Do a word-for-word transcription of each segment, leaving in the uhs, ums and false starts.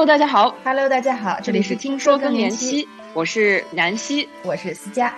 Hello， 大家好。 Hello， 大家好， 这里是听说更年期，我是南希， 我是思佳。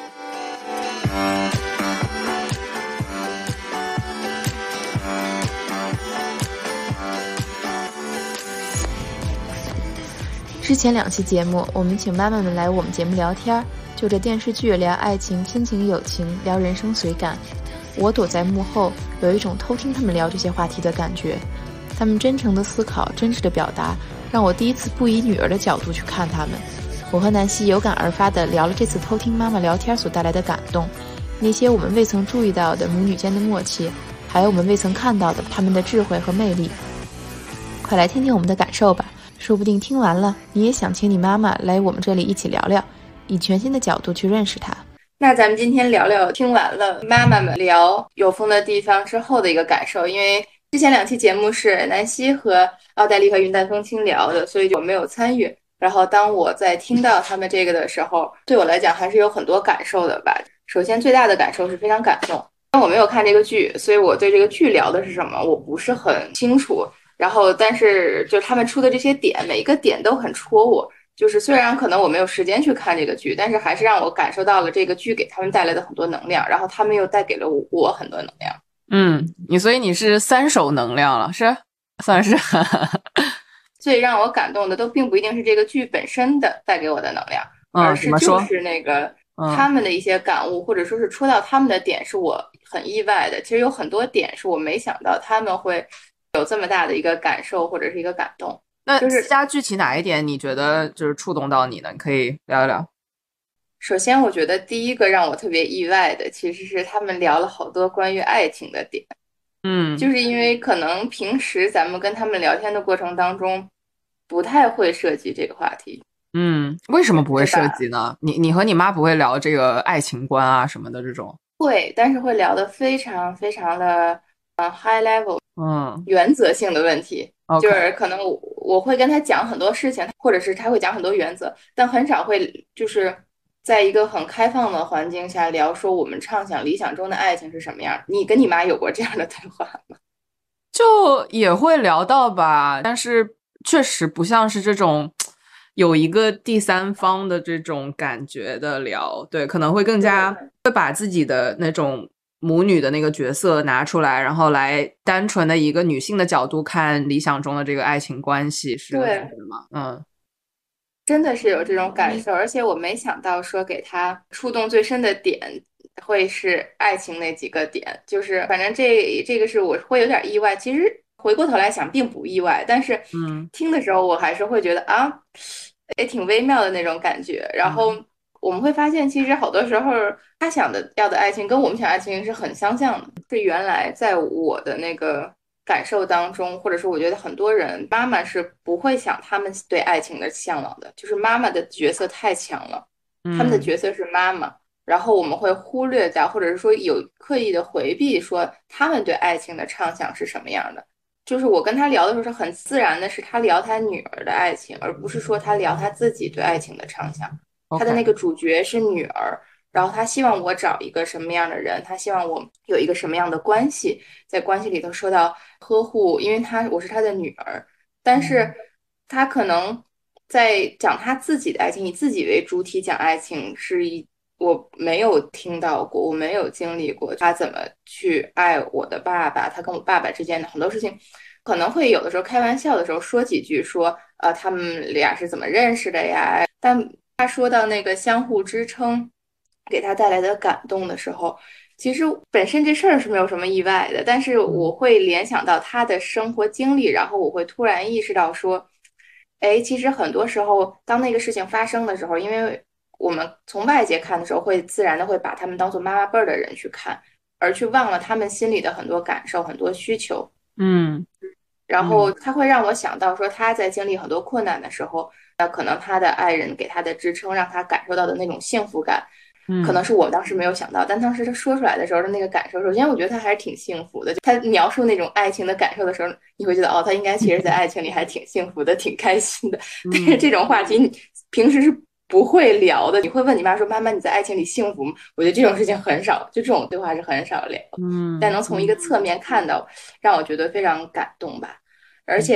之前两期节目，我们请妈妈们来我们节目聊天，就着电视剧聊爱情、亲情、友情，聊人生随感。我躲在幕后，有一种偷听他们聊这些话题的感觉。他们真诚的思考，真实的表达，让我第一次不以女儿的角度去看他们。我和南希有感而发地聊了这次偷听妈妈聊天所带来的感动，那些我们未曾注意到的母女间的默契，还有我们未曾看到的他们的智慧和魅力。快来听听我们的感受吧，说不定听完了你也想请你妈妈来我们这里一起聊聊，以全新的角度去认识她。那咱们今天聊聊听完了妈妈们聊有风的地方之后的一个感受。因为之前两期节目是南希和奥黛丽和云淡风轻聊的，所以我没有参与。然后当我在听到他们这个的时候，对我来讲还是有很多感受的吧。首先最大的感受是非常感动，因为我没有看这个剧，所以我对这个剧聊的是什么我不是很清楚。然后但是就他们出的这些点，每一个点都很戳我，就是虽然可能我没有时间去看这个剧，但是还是让我感受到了这个剧给他们带来的很多能量，然后他们又带给了我很多能量。 嗯，你所以你是三手能量了，是算是最让我感动的都并不一定是这个剧本身的带给我的能量， 嗯、 而是就是那个、 嗯、 他们的一些感悟，或者说是戳到他们的点是我很意外的。其实有很多点是我没想到他们会有这么大的一个感受或者是一个感动。 那就是加具体哪一点你觉得就是触动到你呢？你可以聊一聊。 首先我觉得第一个让我特别意外的其实是他们聊了好多关于爱情的点。 嗯， 就是因为可能平时咱们跟他们聊天的过程当中不太会涉及这个话题。 嗯，为什么不会涉及呢？你你和你妈不会聊这个爱情观啊什么的这种？ 会，但是会聊得非常非常的呃 high level， 嗯， 原则性的问题。 Okay. 就是可能我我会跟他讲很多事情，或者是他会讲很多原则，但很少会就是在一个很开放的环境下聊说我们畅想理想中的爱情是什么样。你跟你妈有过这样的对话吗？ 就也会聊到吧，但是确实不像是这种有一个第三方的这种感觉的聊。对，可能会更加会把自己的那种母女的那个角色拿出来，然后来单纯的一个女性的角度看理想中的这个爱情关系是的吗？嗯， 真的是有这种感受，而且我没想到说给他触动最深的点会是爱情那几个点，就是反正这这个是我会有点意外。其实回过头来想并不意外，但是嗯， 听的时候我还是会觉得啊，也挺微妙的那种感觉。然后我们会发现，其实好多时候他想的要的爱情跟我们想爱情是很相像的。是原来在我的那个感受当中，或者说我觉得很多人妈妈是不会想他们对爱情的向往的，就是妈妈的角色太强了，他们的角色是妈妈，然后我们会忽略掉，或者是说有刻意的回避说他们对爱情的畅想是什么样的。就是我跟他聊的时候是很自然的，是他聊他女儿的爱情，而不是说他聊他自己对爱情的畅想。他的那个主角是女儿，然后他希望我找一个什么样的人，他希望我有一个什么样的关系，在关系里头受到呵护，因为他我是他的女儿。但是他可能在讲他自己的爱情，以自己为主体讲爱情，是一我没有听到过，我没有经历过他怎么去爱我的爸爸，他跟我爸爸之间的很多事情。可能会有的时候开玩笑的时候说几句说呃他们俩是怎么认识的呀，但他说到那个相互支撑给他带来的感动的时候，其实本身这事儿是没有什么意外的，但是我会联想到他的生活经历，然后我会突然意识到说，哎，其实很多时候当那个事情发生的时候，因为我们从外界看的时候会自然的会把他们当做妈妈辈儿的人去看，而去忘了他们心里的很多感受很多需求。 嗯， 然后他会让我想到说他在经历很多困难的时候，那可能他的爱人给他的支撑，让他感受到的那种幸福感，可能是我当时没有想到，但当时他说出来的时候的那个感受，首先我觉得他还是挺幸福的。他描述那种爱情的感受的时候，你会觉得哦，他应该其实在爱情里还挺幸福的，挺开心的。但是这种话题你平时是不会聊的，你会问你妈说：“妈妈，你在爱情里幸福吗？”我觉得这种事情很少，就这种对话是很少聊。 嗯， 但能从一个侧面看到，让我觉得非常感动吧。而且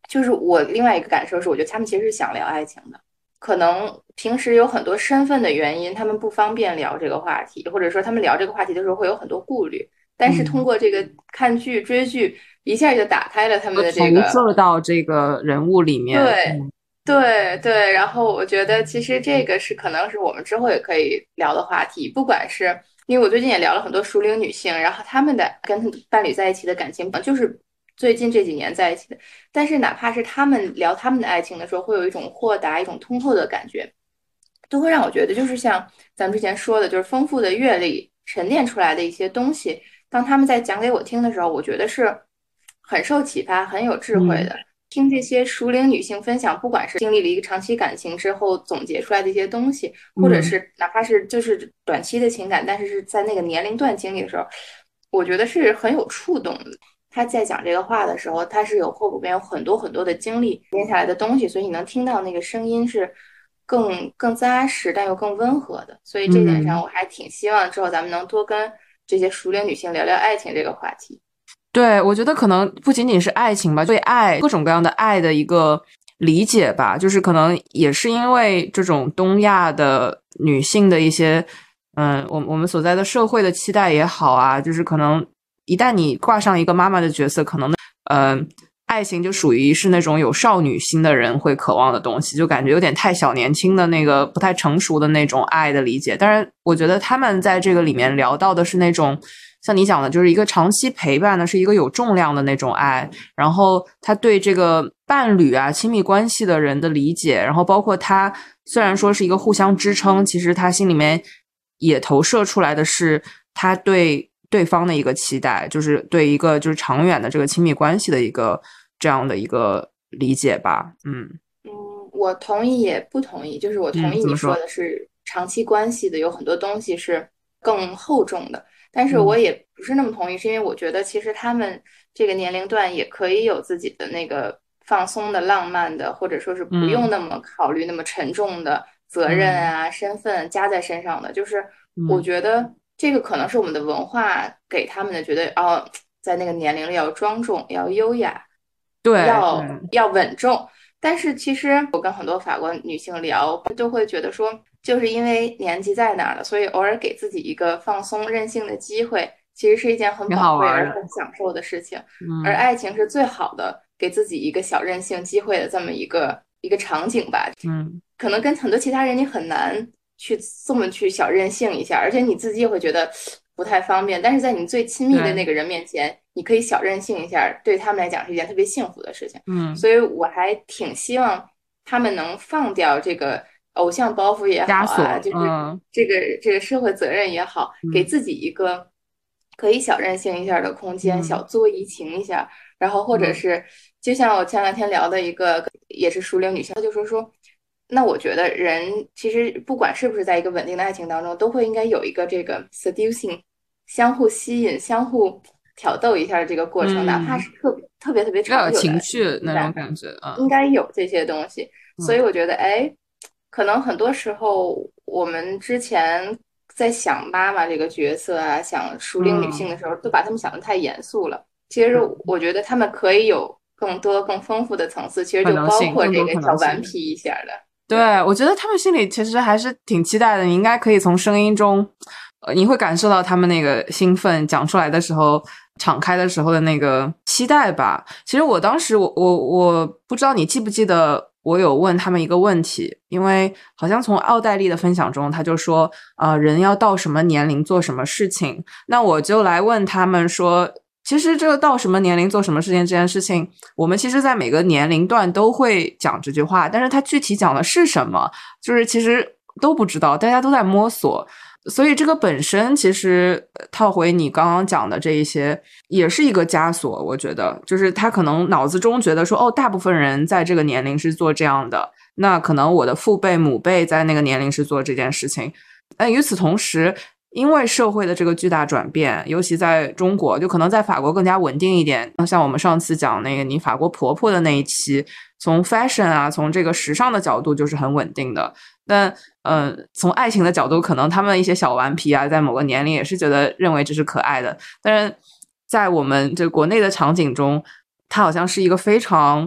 就是我另外一个感受是，我觉得他们其实是想聊爱情的，可能平时有很多身份的原因，他们不方便聊这个话题，或者说他们聊这个话题的时候会有很多顾虑。但是通过这个看剧追剧，一下就打开了他们的这个投射到这个人物里面。 对对对，然后我觉得其实这个是可能是我们之后也可以聊的话题，不管是因为我最近也聊了很多熟龄女性，然后她们的跟伴侣在一起的感情就是最近这几年在一起的，但是哪怕是他们聊他们的爱情的时候，会有一种豁达、一种通透的感觉，都会让我觉得就是像咱们之前说的，就是丰富的阅历沉淀出来的一些东西，当他们在讲给我听的时候，我觉得是很受启发、很有智慧的。 嗯听这些熟龄女性分享，不管是经历了一个长期感情之后总结出来的一些东西，或者嗯是哪怕是就是短期的情感，但是是在那个年龄段经历的时候，我觉得是很有触动的。他在讲这个话的时候，他是有后边有很多很多的经历连下来的东西，所以你能听到那个声音是更更扎实，但又更温和的。所以这点上， 嗯。 我还挺希望之后咱们能多跟这些熟龄女性聊聊爱情这个话题。 对，我觉得可能不仅仅是爱情吧，对爱各种各样的爱的一个理解吧，就是可能也是因为这种东亚的女性的一些，嗯，我我们所在的社会的期待也好啊，就是可能一旦你挂上一个妈妈的角色，可能嗯、呃，爱情就属于是那种有少女心的人会渴望的东西，就感觉有点太小年轻的那个不太成熟的那种爱的理解。当然，我觉得他们在这个里面聊到的是那种。像你讲的，就是一个长期陪伴的，是一个有重量的那种爱，然后他对这个伴侣啊、亲密关系的人的理解，然后包括他虽然说是一个互相支撑，其实他心里面也投射出来的是他对对方的一个期待，就是对一个就是长远的这个亲密关系的一个这样的一个理解吧。嗯嗯，我同意也不同意，就是我同嗯， 意你说怎么说？ 的是长期关系的有很多东西是更厚重的，但是我嗯也不是那么同意，是因为我觉得其实他们这个年龄段也可以有自己的那个放松的、浪漫的，或者说是不用嗯那么考虑那么沉重的责任嗯啊、身份加在身上的。就是我嗯， 觉得这个可能是我们的文化给他们的，觉得哦，在那个年龄里要庄重、要优雅、 对对， 要要稳重。但是其实我跟很多法国女性聊，都会觉得说，就是因为年纪在那儿了，所以偶尔给自己一个放松任性的机会，其实是一件很挺宝贵好玩的。 而很享受的事情。而嗯爱情是最好的给自己一个小任性机会的这么一个一个场景吧。 嗯， 可能跟很多其他人你很难去这么去小任性一下，而且你自己也会觉得不太方便。但是在你最亲密的对， 那个人面前，你可以小任性一下，对他们来讲是一件特别幸福的事情。 嗯， 所以我还挺希望他们能放掉这个偶像包袱也好啊， 枷锁， 就是嗯这个这个社会责任也好，给嗯自己一个可以小任性一下的空间，小嗯作怡情一下。然后或者嗯是就像我前两天聊的一个也是熟龄女性，她就说说，那我觉得人其实不管是不是在一个稳定的爱情当中，都会应该有一个这个 seducing 相互吸引、相互挑逗一下的这个过程，哪怕嗯， 是特别特别特别要有长久的情绪那种情感， 感觉啊。 应该有这些东西。所以嗯我觉得，哎，可能很多时候我们之前在想妈妈这个角色啊，想熟龄女性嗯， 的时候，都把她们想得太严肃了。其实对， 我觉得她们可以有更多更丰富的层次，其实就可能性， 包括这更多可个小顽能性。 皮一下的。 对，我觉得他们心里其实还是挺期待的。你应该可以从声音中，呃，你会感受到他们那个兴奋，讲出来的时候，敞开的时候的那个期待吧。其实我当时我，我我不知道你记不记得，我有问他们一个问题，因为好像从奥黛丽的分享中，他就说，呃，人要到什么年龄做什么事情。那我就来问他们说。其实这个到什么年龄做什么事情这件事情，我们其实在每个年龄段都会讲这句话，但是它具体讲的是什么，就是其实都不知道，大家都在摸索。所以这个本身其实套回你刚刚讲的这一些，也是一个枷锁。我觉得，就是他可能脑子中觉得说，哦，大部分人在这个年龄是做这样的，那可能我的父辈、母辈在那个年龄是做这件事情。但与此同时，因为社会的这个巨大转变，尤其在中国，就可能在法国更加稳定一点。像我们上次讲那个你法国婆婆的那一期，从 fashion 啊，从这个时尚的角度就是很稳定的。但嗯、呃，从爱情的角度，可能他们一些小顽皮啊，在某个年龄也是觉得认为这是可爱的。但是在我们这国内的场景中，它好像是一个非常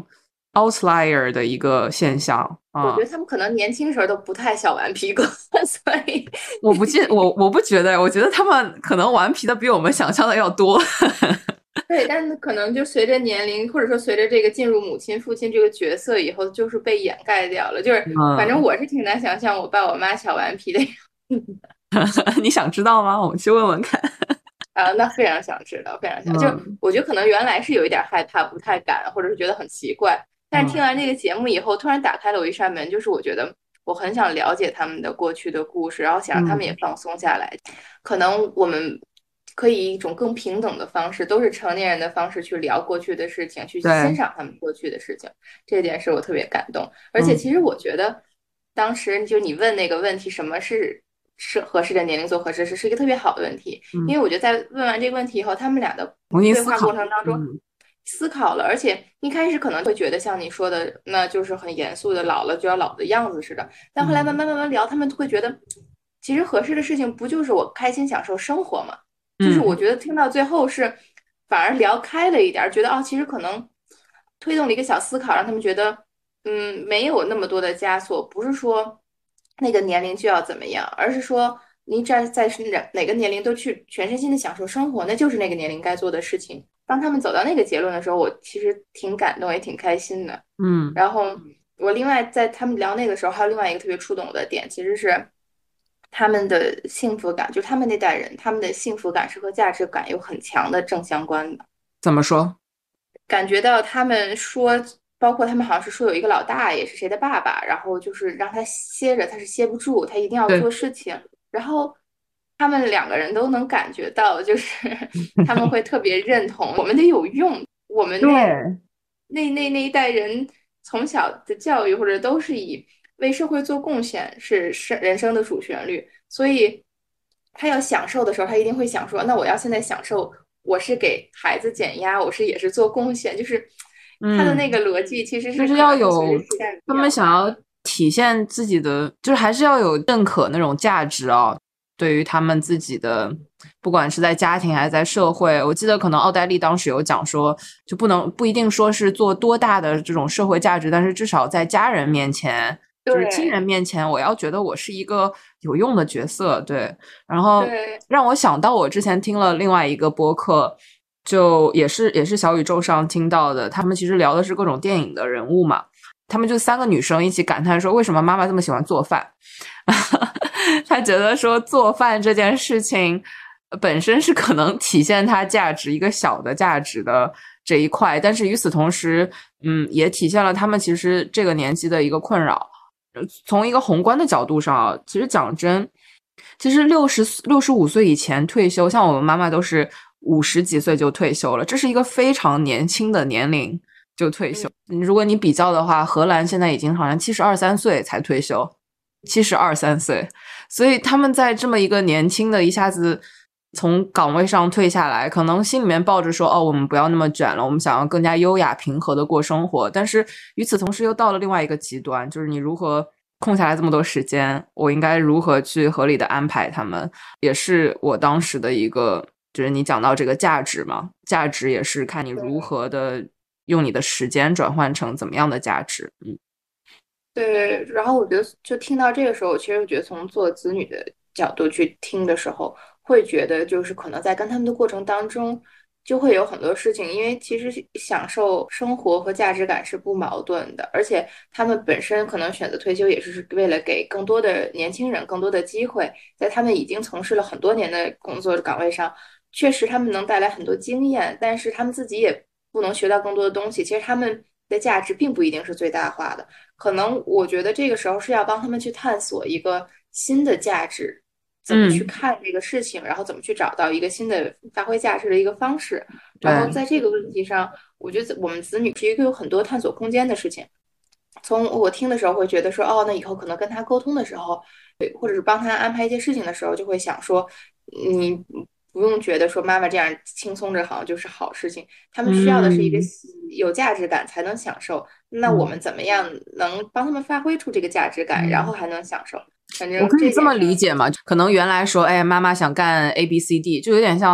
outlier 的一个现象啊。 我觉得他们可能年轻时候都不太小顽皮过，所以我不记我我不觉得，我觉得他们可能顽皮的比我们想象的要多。 对，但是可能就随着年龄，或者说随着这个进入母亲、父亲这个角色以后，就是被掩盖掉了。就是反正嗯， 我是挺难想象我爸我妈小顽皮的样子。 你想知道吗？我们去问问看。 啊，那非常想知道，非常想，就是嗯我觉得可能原来是有一点害怕，不太敢，或者是觉得很奇怪，但是听嗯完这个节目以后，突然打开了我一扇门，就是我觉得我很想了解他们的过去的故事，然后想让他们也嗯， 放松下来，可能我们可以以一种更平等的方式，都是成年人的方式去聊过去的事情，去欣对， 赏他们过去的事情，这点是我特别感动。而且嗯其实我觉得，当时就你问那个问题，什么是是合适的年龄做合适事，是一个特别好的问题。 嗯， 因为我觉得在问完这个问题以后，他们俩的重新对话思考。 过程当中嗯思考了，而且一开始可能会觉得像你说的，那就是很严肃的老了就要老的样子似的，但后来慢嗯慢慢慢聊，他们会觉得，其实合适的事情不就是我开心享受生活吗？就是我嗯觉得听到最后是反而聊开了一点，觉得哦，其实可能推动了一个小思考，让他们觉得，嗯，没有那么多的枷锁，不是说那个年龄就要怎么样，而是说你在在是哪哪个年龄都去全身心的享受生活，那就是那个年龄该做的事情。当他们走到那个结论的时候，我其实挺感动，也挺开心的。 嗯然后我另外在他们聊那个时候，还有另外一个特别触动我的点，其实是他们的幸福感，就他们那代人，他们的幸福感是和价值感有很强的正相关的。 怎么说？ 感觉到他们说，包括他们好像是说有一个老大爷是谁的爸爸，然后就是让他歇着，他是歇不住，他一定要做对， 事情。然后他们两个人都能感觉到，就是他们会特别认同我们得有用，我们那对， 那那那一代人从小的教育或者都是以为社会做贡献是是人生的主旋律，所以他要享受的时候，他一定会想说，那我要现在享受，我是给孩子减压，我是也是做贡献，就是他的那嗯， 个逻辑其实就是是可能会随着要有时代的他变化。 们想要体现自己的，就是还是要有认可那种价值啊。对于他们自己的，不管是在家庭还是在社会，我记得可能奥黛丽当时有讲说，就不能不一定说是做多大的这种社会价值，但是至少在家人面前，就是亲对人面前，我要觉得我是一个有用的角色。对，然后对， 让我想到我之前听了另外一个播客，就也是也是小宇宙上听到的，他们其实聊的是各种电影的人物嘛。他们就三个女生一起感叹说，为什么妈妈这么喜欢做饭？她觉得说做饭这件事情本身是可能体现她价值一个小的价值的这一块，但是与此同时，嗯，也体现了他们其实这个年纪的一个困扰。从一个宏观的角度上啊，其实讲真，其实六十六十五岁以前退休，像我们妈妈都是五十几岁就退休了，这是一个非常年轻的年龄就退休。如果你比较的话，荷兰现在已经好像七十二三岁才退休，七十二三岁，所以他们在这么一个年轻的一下子从岗位上退下来，可能心里面抱着说，哦，我们不要那么卷了，我们想要更加优雅平和的过生活。但是与此同时又到了另外一个极端，就是你如何空下来这么多时间，我应该如何去合理的安排他们，也是我当时的一个，就是你讲到这个价值嘛，价值也是看你如何的用你的时间转换成怎么样的价值。嗯对，然后我觉得，就听到这个时候，其实我觉得从做子女的角度去听的时候，会觉得就是可能在跟他们的过程当中，就会有很多事情，因为其实享受生活和价值感是不矛盾的，而且他们本身可能选择退休，也是为了给更多的年轻人更多的机会，在他们已经从事了很多年的工作岗位上，确实他们能带来很多经验，但是他们自己也不能学到更多的东西，其实他们的价值并不一定是最大化的。可能我觉得这个时候是要帮他们去探索一个新的价值，怎么去嗯， 看这个事情，然后怎么去找到一个新的发挥价值的一个方式。然后对， 在这个问题上，我觉得我们子女是一个有很多探索空间的事情。从我听的时候会觉得说，哦，那以后可能跟他沟通的时候，或者是帮他安排一些事情的时候，就会想说，你不用觉得说妈妈这样轻松着好像就是好事情，他们需要的是一个嗯有价值感才能享受。那我们嗯。 怎么样能帮他们发挥出这个价值感，然后嗯， 还能享受？反我可以这么正这点上， 理解嘛？可能原来说，哎，妈妈想干 A B C D，就有点像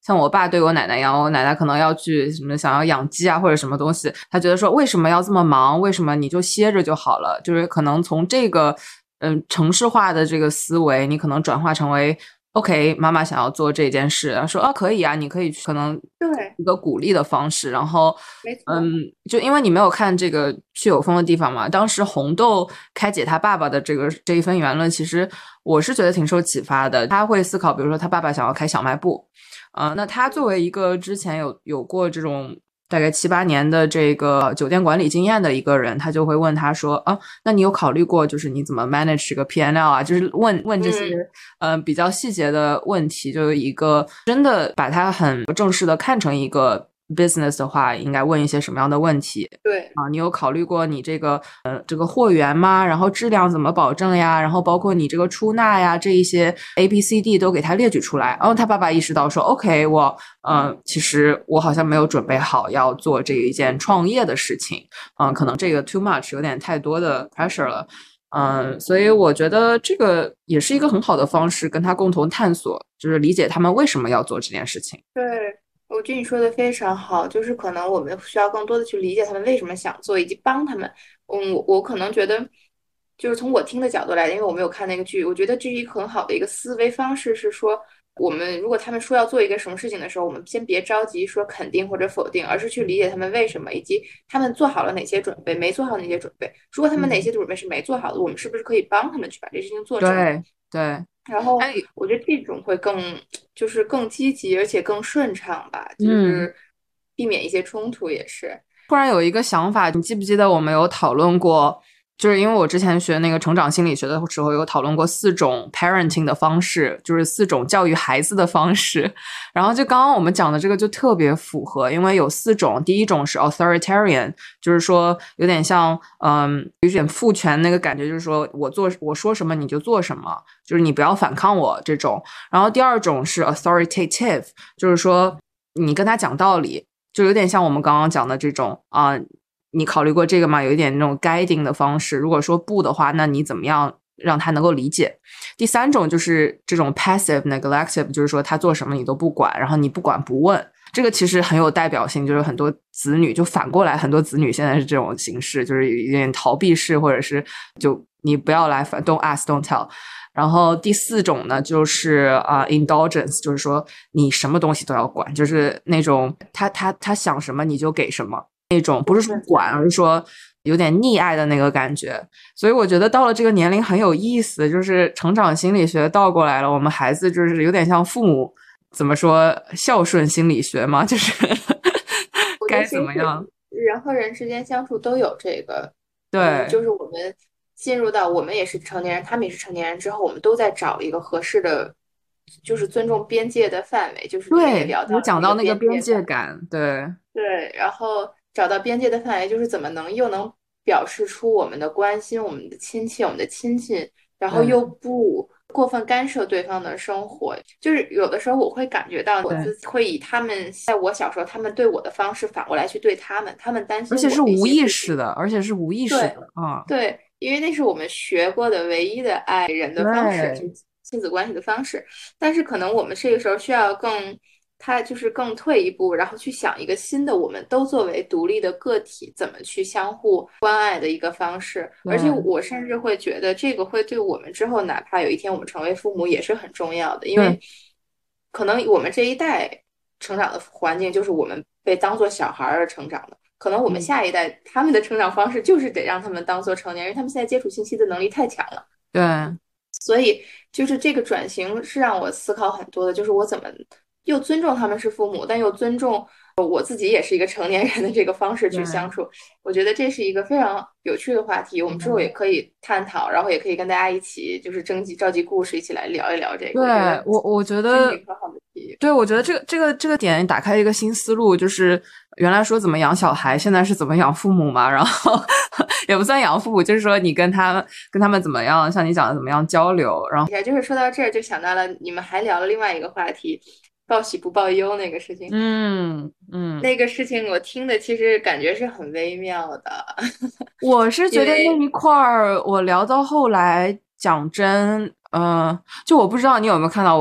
像我爸对我奶奶一样，我奶奶可能要去什么想要养鸡啊或者什么东西，他觉得说为什么要这么忙？为什么你就歇着就好了？就是可能从这个嗯城市化的这个思维，你可能转化成为。OK，妈妈想要做这件事，然后说啊可以啊，你可以去，可能对一个鼓励的方式，然后没错嗯，就因为你没有看这个去有风的地方嘛，当时红豆开解他爸爸的这个这一份言论，其实我是觉得挺受启发的。他会思考，比如说他爸爸想要开小卖部，呃，那他作为一个之前有有过这种。大概七八年的这个酒店管理经验的一个人，他就会问他说：“啊，那你有考虑过，就是你怎么 manage 这个 P and L 啊？就是问问这些嗯、呃、比较细节的问题，就一个真的把它很正式的看成一个 business 的话，应该问一些什么样的问题？ 对啊，你有考虑过你这个呃这个货源吗？然后质量怎么保证呀？然后包括你这个出纳呀，这一些 A B C D 都给他列举出来。然后他爸爸意识到说 OK， 我嗯、呃，其实我好像没有准备好要做这一件创业的事情，嗯、呃，可能这个 too much 有点太多的 pressure 了。嗯，所以我觉得这个也是一个很好的方式，跟他共同探索，就是理解他们为什么要做这件事情。 对，我觉得你说的非常好，就是可能我们需要更多的去理解他们为什么想做，以及帮他们。嗯，我我可能觉得，就是从我听的角度来，因为我没有看那个剧，我觉得这是一个很好的一个思维方式，是说我们如果他们说要做一个什么事情的时候，我们先别着急说肯定或者否定，而是去理解他们为什么，以及他们做好了哪些准备，没做好哪些准备。如果他们哪些准备是没做好的，我们是不是可以帮他们去把这事情做成？ 对对， 然后哎， 我觉得这种会更就是更积极，而且更顺畅吧，就嗯。 是避免一些冲突也是。 突然有一个想法，你记不记得我们有讨论过？就是因为我之前学那个成长心理学的时候，有讨论过四种 parenting 的方式，就是四种教育孩子的方式。然后就刚刚我们讲的这个就特别符合，因为有四种。第一种是 authoritarian，就是说有点像嗯，有点父权那个感觉，就是说我做我说什么你就做什么，就是你不要反抗我这种。然后第二种是 authoritative，就是说你跟他讲道理。就有点像我们刚刚讲的这种啊、呃，你考虑过这个吗？有一点那种 guiding 的方式。如果说不的话，那你怎么样让他能够理解？第三种就是这种 passive neglective， 就是说他做什么你都不管，然后你不管不问。这个其实很有代表性，就是很多子女就反过来，很多子女现在是这种形式，就是有点逃避式，或者是就你不要来反 ，don't ask don't tell。然后第四种呢，就是啊、uh, indulgence， 就是说你什么东西都要管，就是那种他他他想什么你就给什么那种，不是说管，而是说有点溺爱的那个感觉。所以我觉得到了这个年龄很有意思，就是成长心理学倒过来了，我们孩子就是有点像父母怎么说孝顺心理学嘛，就是该怎么样？ 人和人之间相处都有这个， 对、 嗯，就是我们进入到我们也是成年人，他们也是成年人之后，我们都在找一个合适的，就是尊重边界的范围，就是你们也对， 聊到有讲到那个边界界感，对对，然后找到边界的范围，就是怎么能又能表示出我们的关心、我们的亲切、我们的亲近，然后又不过分干涉对方的生活。就是有的时候我会感觉到我自己会以他们在我小时候他们对我的方式反过来去对他们，他们担心而且是我的一无意些事情。 识的，而且是无意识对的啊。 对，因为那是我们学过的唯一的爱人的方式，就对， 是亲子关系的方式。但是可能我们这个时候需要更，他就是更退一步，然后去想一个新的，我们都作为独立的个体，怎么去相互关爱的一个方式。而且我甚至会觉得，这个会对我们之后，哪怕有一天我们成为父母，也是很重要的，因为可能我们这一代成长的环境就是我们被当做小孩儿而成长的。可能我们下一代、嗯、他们的成长方式就是得让他们当做成年人，因为他们现在接触信息的能力太强了。 对， 所以就是这个转型是让我思考很多的，就是我怎么又尊重他们是父母，但又尊重我自己也是一个成年人的这个方式去相处。我觉得这是一个非常有趣的话题，我们之后也可以探讨，然后也可以跟大家一起就是征集召集故事，一起来聊一聊这个。 对，我我觉得对，我觉得这个这个这个点打开一个新思路，就是原来说怎么养小孩，现在是怎么养父母嘛。然后也不算养父母，就是说你跟他跟他们怎么样，像你讲的怎么样交流。然后就是说到这儿，就想到了你们还聊了另外一个话题，报喜不报忧那个事情。 嗯嗯， 那个事情我听的其实感觉是很微妙的。 我是觉得那一块儿，我聊到后来讲真，嗯、呃，就我不知道你有没有看到我。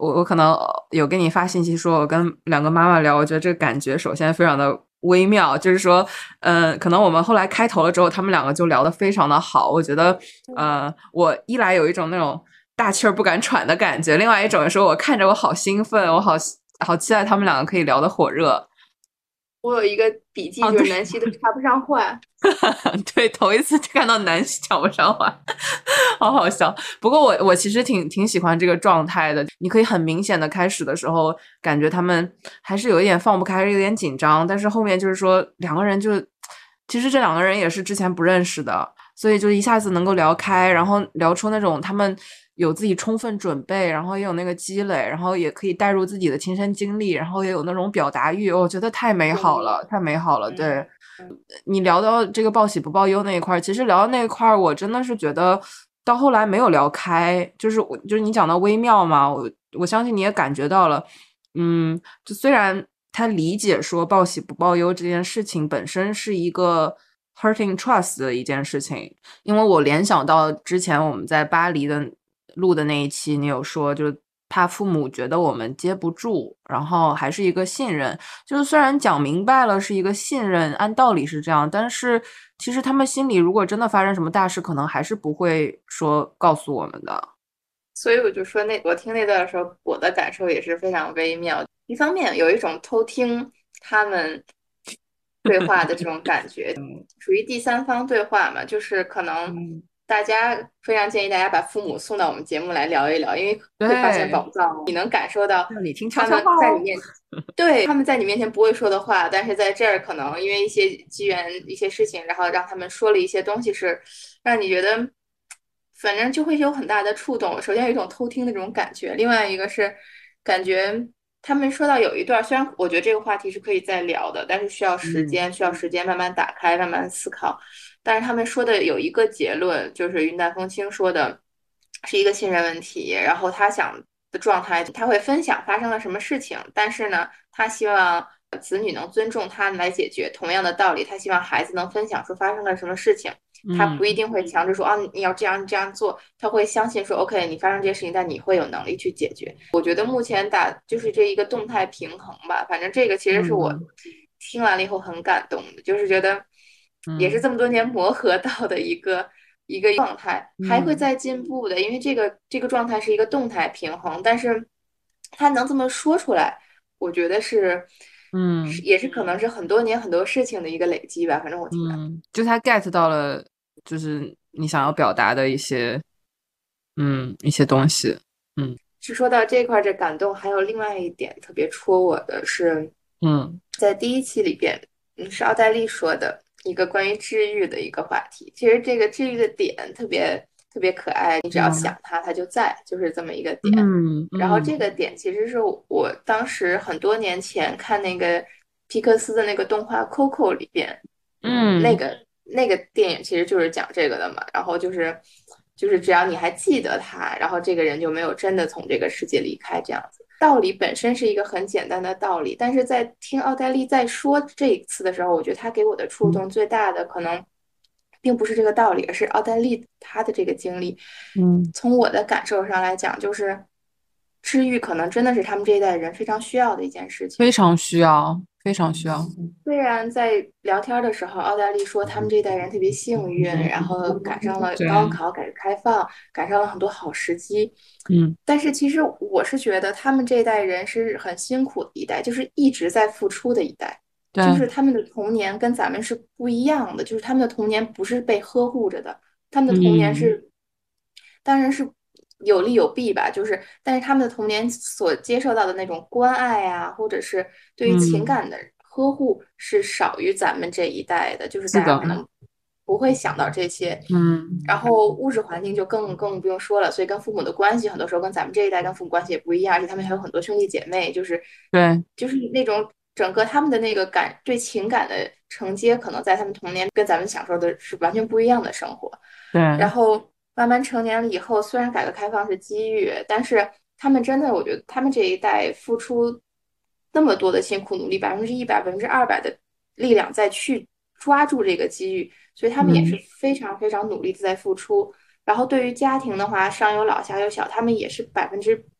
我我可能有给你发信息说，我跟两个妈妈聊，我觉得这个感觉首先非常的微妙，就是说，嗯、呃，可能我们后来开头了之后，他们两个就聊得非常的好。我觉得，呃，我一来有一种那种大气儿不敢喘的感觉，另外一种是我看着我好兴奋，我好好期待他们两个可以聊得火热。 我有一个笔记， 哦，对， 就是南希都插不上话。 对，头一次看到南希讲不上话，好好笑。不过我我其实挺挺喜欢这个状态的，你可以很明显的开始的时候感觉他们还是有一点放不开，有点紧张，但是后面就是说两个人就，其实这两个人也是之前不认识的，所以就一下子能够聊开，然后聊出那种他们有自己充分准备，然后也有那个积累，然后也可以带入自己的亲身经历，然后也有那种表达欲，我觉得太美好了，太美好了，对。你聊到这个报喜不报忧那一块，其实聊到那一块，我真的是觉得到后来没有聊开，就是我就是你讲到微妙嘛，我我相信你也感觉到了，嗯，就虽然他理解说报喜不报忧这件事情本身是一个 hurting trust 的一件事情，因为我联想到之前我们在巴黎的录的那一期，你有说就是怕父母觉得我们接不住，然后还是一个信任。就是虽然讲明白了是一个信任，按道理是这样，但是其实他们心里如果真的发生什么大事，可能还是不会说告诉我们的。 所以我就说那我听那段的时候，我的感受也是非常微妙。一方面有一种偷听他们对话的这种感觉，属于第三方对话嘛，就是可能嗯， 大家非常建议大家把父母送到我们节目来聊一聊，因为会发现对， 宝藏，你能感受到让你听悄他们悄话哦。 在里面，对，他们在你面前不会说的话，但是在这儿可能因为一些机缘、一些事情，然后让他们说了一些东西，是让你觉得，反正就会有很大的触动。首先有一种偷听的这种感觉，另外一个是感觉他们说到有一段，虽然我觉得这个话题是可以再聊的，但是需要时嗯间，需要时间慢慢打开，慢慢思考。但是他们说的有一个结论，就是云淡风轻说的是一个信任问题，然后他想的状态，他会分享发生了什么事情，但是呢，他希望子女能尊重他来解决。同样的道理，他希望孩子能分享说发生了什么事情，他嗯不一定会强制说啊你要这样这样做，他会相信说 OK 你发生这些事情，但你会有能力去解决。我觉得目前打就是这一个动态平衡吧，反正这个其实是我嗯听完了以后很感动的，就是觉得也是嗯这么多年磨合到的一个一个状态，还会嗯再进步的，因为这个这个状态是一个动态平衡，但是他能这么说出来，我觉得是是嗯也是可能是很多年很多事情的一个累积吧，反正我听完。 嗯，就他 get 到了，就是你想要表达的一些嗯一些东西。嗯是说到这块儿这感动，还有另外一点特别戳我的是， 嗯在第一期里边，嗯，是奥黛丽说的一个关于治愈的一个话题。其实这个治愈的点特别特别可爱，你只要嗯想它，它就在，就是这么一个点。 嗯嗯然后这个点其实是我当时很多年前看那个皮克斯的那个动画《Coco》里边，那嗯个那个电影其实就是讲这个的嘛。然后就是就是只要你还记得他，然后这个人就没有真的从这个世界离开，这样子。道理本身是一个很简单的道理，但是在听奥黛丽在说这一次的时候，我觉得她给我的触动最大的可能，并不是这个道理，而是奥黛丽她的这个经历。 嗯， 从我的感受上来讲，就是治愈可能真的是他们这一代人非常需要的一件事情。 非常需要，非常需要。 虽然在聊天的时候，奥黛丽说他们这一代人特别幸运，然后赶上了高对， 考、改革开放，赶上了很多好时机。 嗯但是其实我是觉得他们这一代人是很辛苦的一代，就是一直在付出的一代，就对， 是他们的童年跟咱们是不一样的，就是他们的童年不是被呵护着的，他们的童年嗯是，当然是有利有弊吧，就是但是他们的童年所接受到的那种关爱啊，或者是对于情嗯， 感的呵护是少于咱们这一代的，就是是的， 大家可能不会想到这些。然嗯后物质环境就更更不用说了，所以跟父母的关系很多时候跟咱们这一代跟父母关系也不一样，而且他们还有很多兄弟姐妹，就是对， 就是那种整个他们的那个感对情感的承接，可能在他们童年跟咱们享受的是完全不一样的生活。然对， 后慢慢成年了以后，虽然改革开放是机遇，但是他们真的，我觉得他们这一代付出那么多的辛苦努力，百分之一百、百分之二百的力量再去抓住这个机遇，所以他们也是嗯非常非常努力的在付出。然后对于家庭的话，上有老下有小，他们也是百分之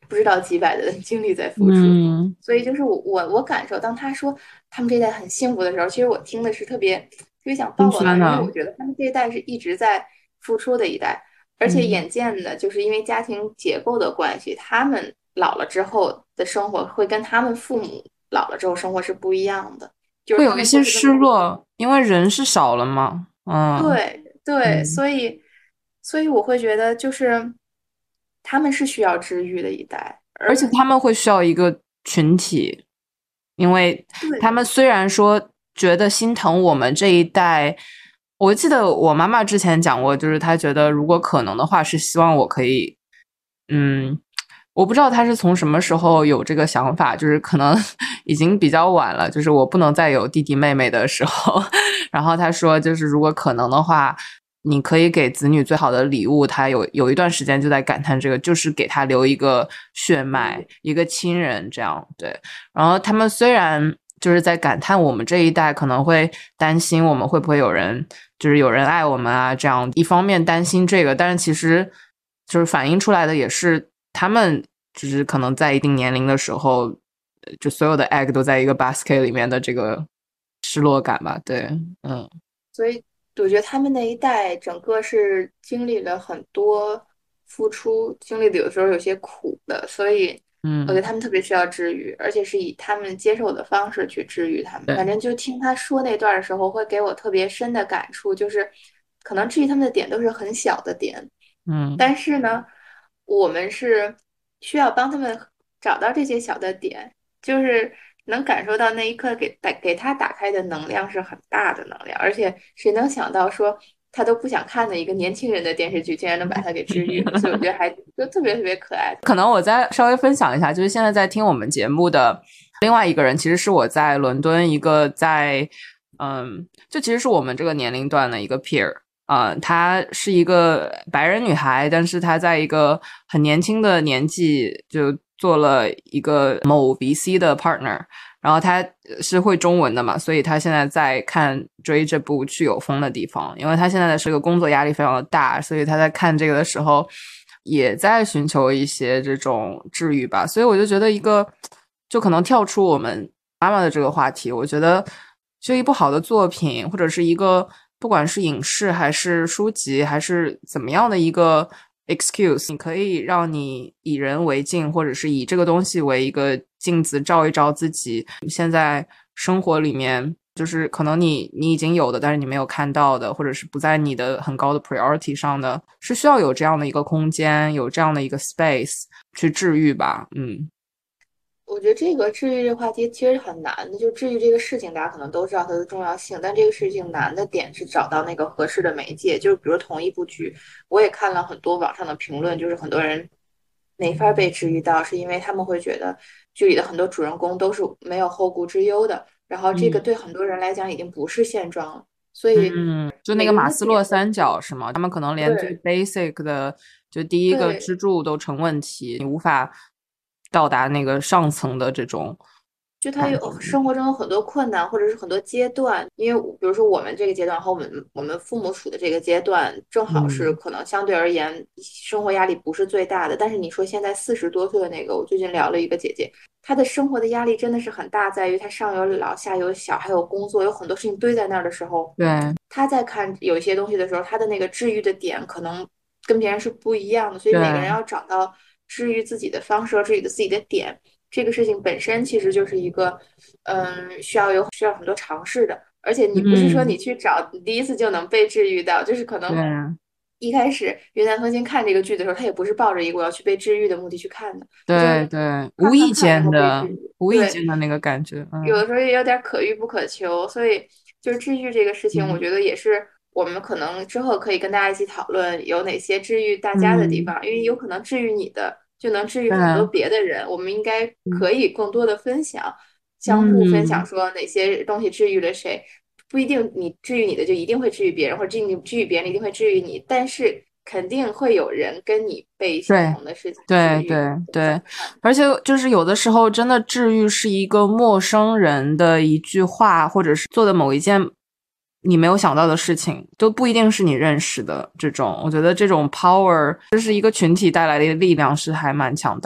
不知道几百的精力在付出。 嗯， 所以就是我我我感受，当他说他们这一代很幸福的时候，其实我听的是特别特别想心抱抱他，因为酸的。 我觉得他们这一代是一直在付出的一代，而且嗯， 眼见的就是因为家庭结构的关系，他们老了之后的生活会跟他们父母老了之后生活是不一样的，就是会有一他们不是跟些失落，因为人是少了嘛。嗯对对， 嗯， 所以所以我会觉得就是他们是需要治愈的一代， 而且他们会需要一个群体，因为他对。 们虽然说觉得心疼我们这一代，我记得我妈妈之前讲过，就是她觉得如果可能的话，是希望我可以，嗯，我不知道她是从什么时候有这个想法，就是可能已经比较晚了，就是我不能再有弟弟妹妹的时候，然后她说，就是如果可能的话。你可以给子女最好的礼物，他有有一段时间就在感叹这个，就是给他留一个血脉，一个亲人，这样对。然后他们虽然就是在感叹我们这一代可能会担心我们会不会有人，就是有人爱我们啊，这样一方面担心这个，但是其实就是反映出来的也是他们就是可能在一定年龄的时候，就所有的 egg 都在一个 basket 里面的这个失落感吧，对，嗯所以我觉得他们那一代整个是经历了很多付出，经历的有时候有些苦的，所以我觉嗯， 得他们特别需要治愈，而且是以他们接受的方式去治愈他们。反对， 正就听他说那段的时候，会给我特别深的感触，就是可能治愈他们的点都是很小的点， 嗯。 但是呢，我们是需要帮他们找到这些小的点，就是能感受到那一刻给打给他打开的能量是很大的能量，而且谁能想到说他都不想看的一个年轻人的电视剧，竟然能把他给治愈了，所以我觉得还就特别特别可爱。 可能我再稍微分享一下，就是现在在听我们节目的另外一个人，其实是我在伦敦一个在嗯，就其实是我们这个年龄段的一个 peer。呃，她是一个白人女孩，但是她在一个很年轻的年纪就做了一个某 V C 的 partner，然后她是会中文的嘛，所以她现在在看追这部去有风的地方，因为她现在的是个工作压力非常的大，所以她在看这个的时候也在寻求一些这种治愈吧，所以我就觉得一个就可能跳出我们妈妈的这个话题，我觉得就一部好的作品，或者是一个不管是影视还是书籍还是怎么样的一个 excuse，你可以让你以人为镜，或者是以这个东西为一个镜子照一照自己现在生活里面。就是可能你你已经有的，但是你没有看到的，或者是不在你的很高的 priority 上的，是需要有这样的一个空间，有这样的一个 space 去治愈吧。嗯我觉得这个治愈这个话题其实很难的，就治愈这个事情，大家可能都知道它的重要性，但这个事情难的点是找到那个合适的媒介。就是比如同一部剧，我也看了很多网上的评论，就是很多人没法被治愈到，是因为他们会觉得剧里的很多主人公都是没有后顾之忧的，然后这个嗯对很多人来讲已经不是现状了，所以嗯，就那每个人的个马斯洛点都三角是吗？他们可能连最对 basic 的，就第一个对， 支柱都成问题，你无法到达那个上层的这种就他感觉。 有生活中有很多困难，或者是很多阶段，因为比如说我们这个阶段和我们我们父母处的这个阶段，正好是嗯可能相对而言生活压力不是最大的。但是你说现在四十多岁的那个，我最近聊了一个姐姐，她的生活的压力真的是很大，在于她上有老下有小，还有工作，有很多事情堆在那儿的时候， 对她在看有一些东西的时候，她的那个治愈的点可能跟别人是不一样的，所以每个人对， 要找到治愈自己的方式和治愈的自己的点。这个事情本身其实就是一个，嗯，需要有需要很多尝试的，而且你不是说嗯你去找，你第一次就能被治愈到，就是可能对一开始云南风清看这个剧的时候，他也不是抱着一个我要去被治愈的目的去看的，他就是对对，无意看看看，然后被治间的愈。 无意对， 间的那个感觉，嗯有的时候也有点可遇不可求，所以就是治愈这个事情，我嗯觉得也是我们可能之后可以跟大家一起讨论有哪些治愈大家的地嗯， 方，因为有可能治愈你的就能治愈很多对， 别的人，我们应该嗯可以更多的分享，相互分享嗯， 说哪些东西治愈了谁，不一定你治愈你的就一定会治愈别人，或者治愈你治愈别人一定会治愈你，但是肯定会有人跟你被相对。 同的事情治对愈， 对对， 怎么看？ 而且就是有的时候，真的治愈是一个陌生人的一句话，或者是做的某一件你没有想到的事情，都不一定是你认识的。这种，我觉得这种 power 就是一个群体带来的力量，是还蛮强大的。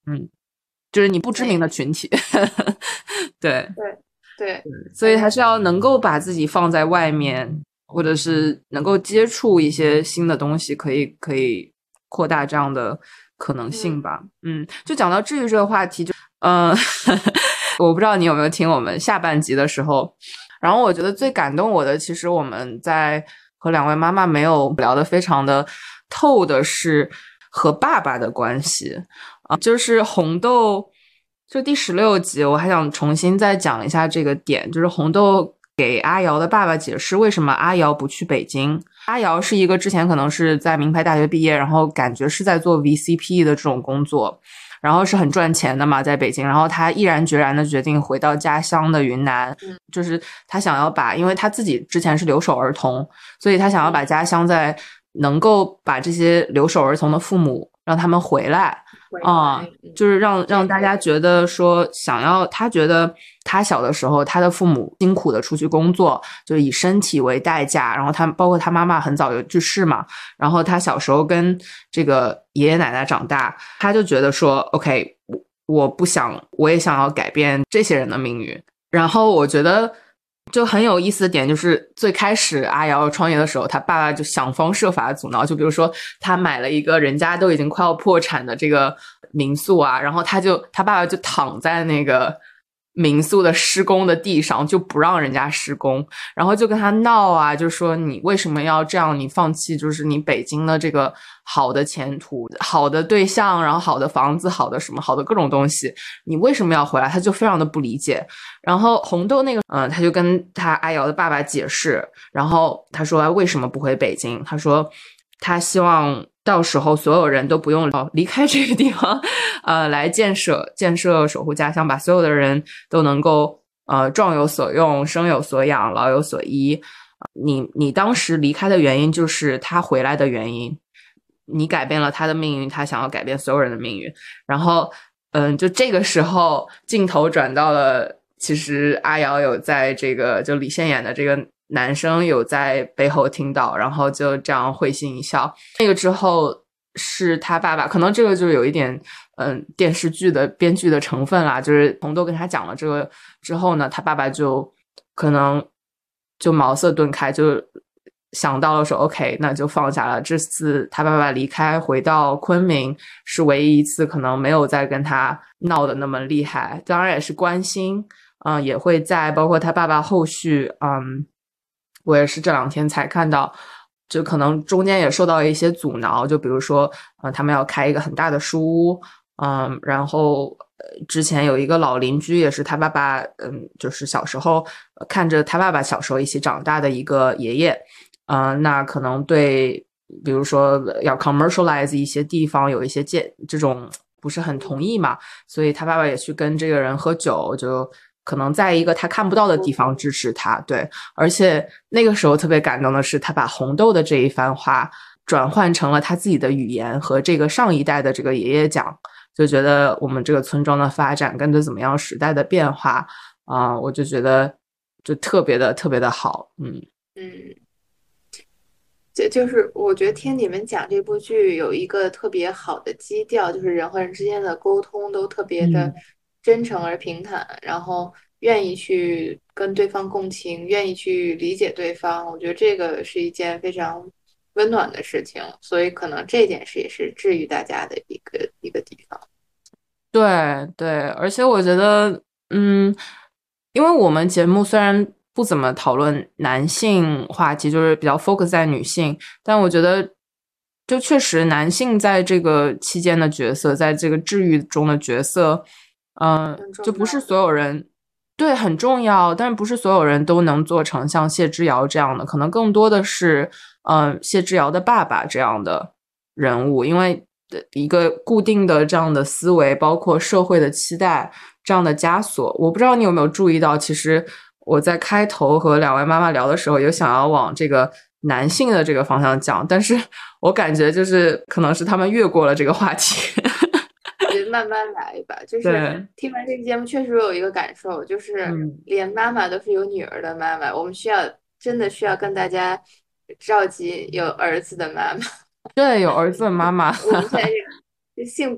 嗯，就是你不知名的群体。对对对， 所以还是要能够把自己放在外面，或者是能够接触一些新的东西，可以可以扩大这样的可能性吧。嗯，就讲到治愈这个话题，就嗯、呃，我不知道你有没有听我们下半集的时候，然后我觉得最感动我的，其实我们在和两位妈妈没有聊得非常的透的是和爸爸的关系啊、呃，就是红豆。就第十六集，我还想重新再讲一下这个点，就是红豆给阿瑶的爸爸解释为什么阿瑶不去北京。阿瑶是一个之前可能是在名牌大学毕业，然后感觉是在做 V C P 的这种工作，然后是很赚钱的嘛，在北京，然后他毅然决然的决定回到家乡的云南， 嗯， 就是他想要把，因为他自己之前是留守儿童，所以他想要把家乡在能够把这些留守儿童的父母让他们回来。啊、嗯，就是让让大家觉得说，想要他觉得他小的时候，他的父母辛苦的出去工作，就以身体为代价，然后他包括他妈妈很早就去世嘛，然后他小时候跟这个爷爷奶奶长大，他就觉得说 OK， 我我不想，我也想要改变这些人的命运。然后我觉得就很有意思的点就是最开始阿瑶创业的时候，他爸爸就想方设法阻挠，就比如说他买了一个人家都已经快要破产的这个民宿啊，然后他就他爸爸就躺在那个民宿的施工的地上，就不让人家施工，然后就跟他闹啊，就说你为什么要这样，你放弃就是你北京的这个好的前途，好的对象，然后好的房子，好的什么好的各种东西，你为什么要回来？他就非常的不理解。然后红豆那个嗯，他就跟他阿瑶的爸爸解释，然后他说为什么不回北京，他说他希望到时候所有人都不用离开这个地方，呃，来建设建设守护家乡，把所有的人都能够呃壮有所用，生有所养，老有所依。你你当时离开的原因就是他回来的原因，你改变了他的命运，他想要改变所有人的命运。然后嗯，就这个时候镜头转到了，其实阿瑶有在这个就李现演的这个男生有在背后听到，然后就这样会心一笑。那个之后是他爸爸，可能这个就有一点嗯电视剧的编剧的成分啦，就是红豆跟他讲了这个之后呢，他爸爸就可能就茅塞顿开，就想到了说 OK， 那就放下了。这次他爸爸离开回到昆明是唯一一次可能没有再跟他闹得那么厉害，当然也是关心嗯、呃，也会在包括他爸爸后续嗯，我也是这两天才看到，就可能中间也受到一些阻挠，就比如说呃，他们要开一个很大的书屋，嗯，然后之前有一个老邻居，也是他爸爸，嗯，就是小时候看着他爸爸小时候一起长大的一个爷爷，嗯、呃，那可能对，比如说要 commercialize 一些地方有一些建这种不是很同意嘛，所以他爸爸也去跟这个人喝酒，就可能在一个他看不到的地方支持他，对，而且那个时候特别感动的是，他把红豆的这一番话转换成了他自己的语言和这个上一代的这个爷爷讲。就觉得我们这个村庄的发展跟着怎么样时代的变化啊、呃，我就觉得就特别的特别的好，嗯嗯，就就是我觉得听你们讲这部剧有一个特别好的基调，就是人和人之间的沟通都特别的真诚而平坦，然后愿意去跟对方共情，愿意去理解对方。我觉得这个是一件非常温暖的事情，所以可能这件事也是治愈大家的一个一个地方。 对对，而且我觉得，嗯，因为我们节目虽然不怎么讨论男性话题，就是比较 focus 在女性，但我觉得，就确实男性在这个期间的角色，在这个治愈中的角色，嗯、呃，就不是所有人，对，很重要，但是不是所有人都能做成像谢之遥这样的，可能更多的是，嗯、呃，谢之遥的爸爸这样的人物，因为一个固定的这样的思维，包括社会的期待这样的枷锁，我不知道你有没有注意到，其实我在开头和两位妈妈聊的时候，有想要往这个男性的这个方向讲，但是我感觉就是可能是他们越过了这个话题。 慢慢来吧，就是听完这个节目，确实有一个感受，就是连妈妈都是有女儿的妈妈，我们需要真的需要跟大家召集有儿子的妈妈。 对，有儿子的妈妈。 我们现在这性别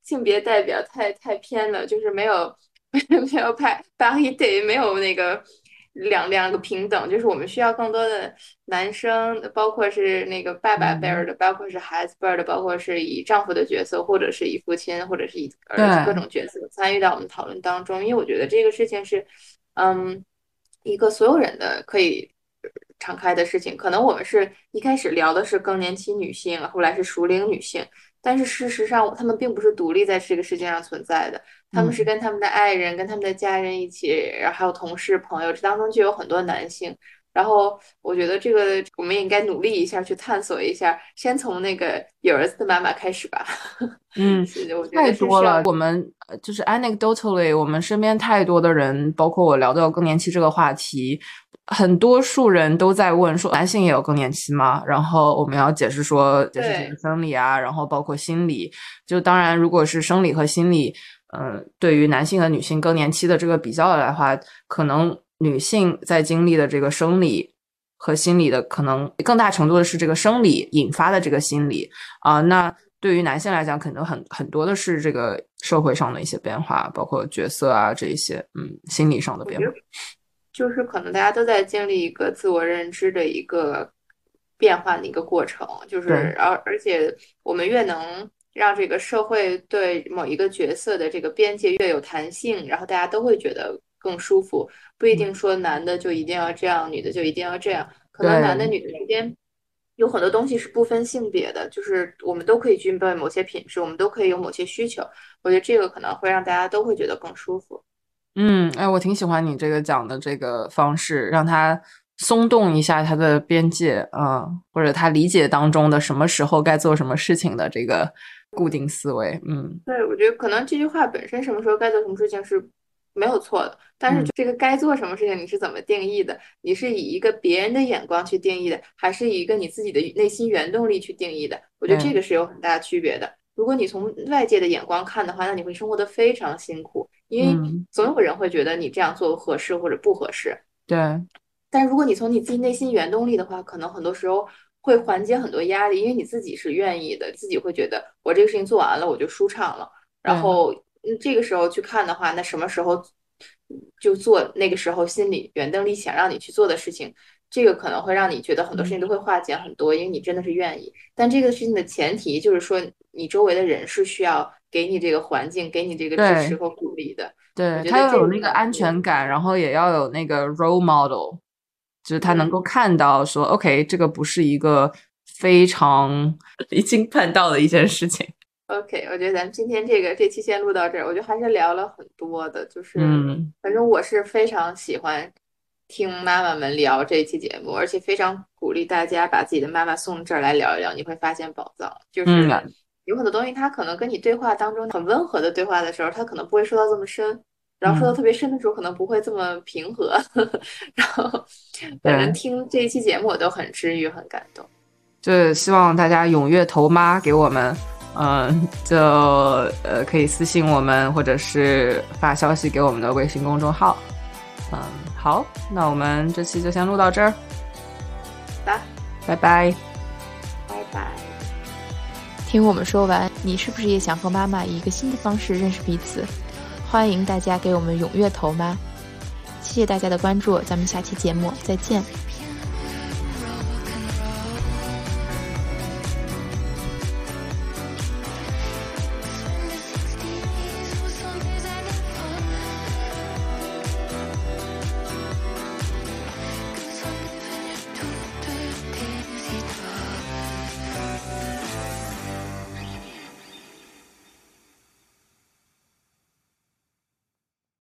性别代表太太偏了，就是没有没有派 parité， 没有那个两两个平等，就是我们需要更多的男生，包括是那个爸爸辈儿的，包括是孩子辈儿的，包括是以丈夫的角色，或者是以父亲，或者是以儿子各种角色参与到我们讨论当中，因为我觉得这个事情是，嗯，一个所有人的可以敞开的事情。可能我们是一开始聊的是更年期女性，后来是熟龄女性。但是事实上，他们并不是独立在这个世界上存在的，他们是跟他们的爱人、跟他们的家人一起，然后还有同事、朋友，这当中就有很多男性。然后我觉得这个我们也应该努力一下，去探索一下，先从那个有儿子的妈妈开始吧。 嗯， 我觉得太多了。我们就是 anecdotally， 我们身边太多的人，包括我聊到更年期这个话题。很多数人都在问说男性也有更年期吗？然后我们要解释说解释这个生理啊，然后包括心理。就当然如果是生理和心理嗯、呃，对于男性和女性更年期的这个比较来的话，可能女性在经历的这个生理和心理的可能更大程度的是这个生理引发的这个心理啊、呃，那对于男性来讲可能很很多的是这个社会上的一些变化，包括角色啊这一些嗯心理上的变化。 就是可能大家都在经历一个自我认知的一个变化的一个过程，就是而而且我们越能让这个社会对某一个角色的这个边界越有弹性，然后大家都会觉得更舒服。不一定说男的就一定要这样，女的就一定要这样，可能男的女的之间有很多东西是不分性别的，就是我们都可以具备某些品质，我们都可以有某些需求。我觉得这个可能会让大家都会觉得更舒服。 嗯，哎，我挺喜欢你这个讲的这个方式，让他松动一下他的边界，嗯，或者他理解当中的什么时候该做什么事情的这个固定思维，嗯， 对，我觉得可能这句话本身什么时候该做什么事情是没有错的，但是这个该做什么事情你是怎么定义的？你是以一个别人的眼光去定义的，还是以一个你自己的内心原动力去定义的？我觉得这个是有很大区别的。如果你从外界的眼光看的话，那你会生活得非常辛苦，因为总有人会觉得你这样做合适或者不合适。 对。 但如果你从你自己内心原动力的话，可能很多时候会缓解很多压力，因为你自己是愿意的，自己会觉得我这个事情做完了我就舒畅了。然后嗯，这个时候去看的话，那什么时候就做那个时候心里原动力想让你去做的事情。这个可能会让你觉得很多事情都会化解很多，因为你真的是愿意。但这个事情的前提就是说，你周围的人是需要给你这个环境，给你这个支持和鼓励的。 对，他要有那个安全感，然后也要有那个 role model， 就是他能够看到说、嗯、OK， 这个不是一个非常离经叛道的一件事情。 OK， 我觉得咱们今天这个这期先录到这儿，我觉得还是聊了很多的，就是， 嗯， 反正我是非常喜欢听妈妈们聊这期节目，而且非常鼓励大家把自己的妈妈送这儿来聊一聊，你会发现宝藏。就是有很多东西，它可能跟你对话当中很温和的对话的时候，它可能不会说到这么深，然后说到特别深的时候，可能不会这么平和。然后，反正听这一期节目我都很治愈，很感动。 就希望大家踊跃投妈给我们。嗯，就呃可以私信我们，或者是发消息给我们的微信公众号。嗯，好，那我们这期就先录到这儿。 好的， 拜拜， 拜拜。 听我们说完，你是不是也想和妈妈以一个新的方式认识彼此？欢迎大家给我们踊跃投妈。谢谢大家的关注，咱们下期节目再见。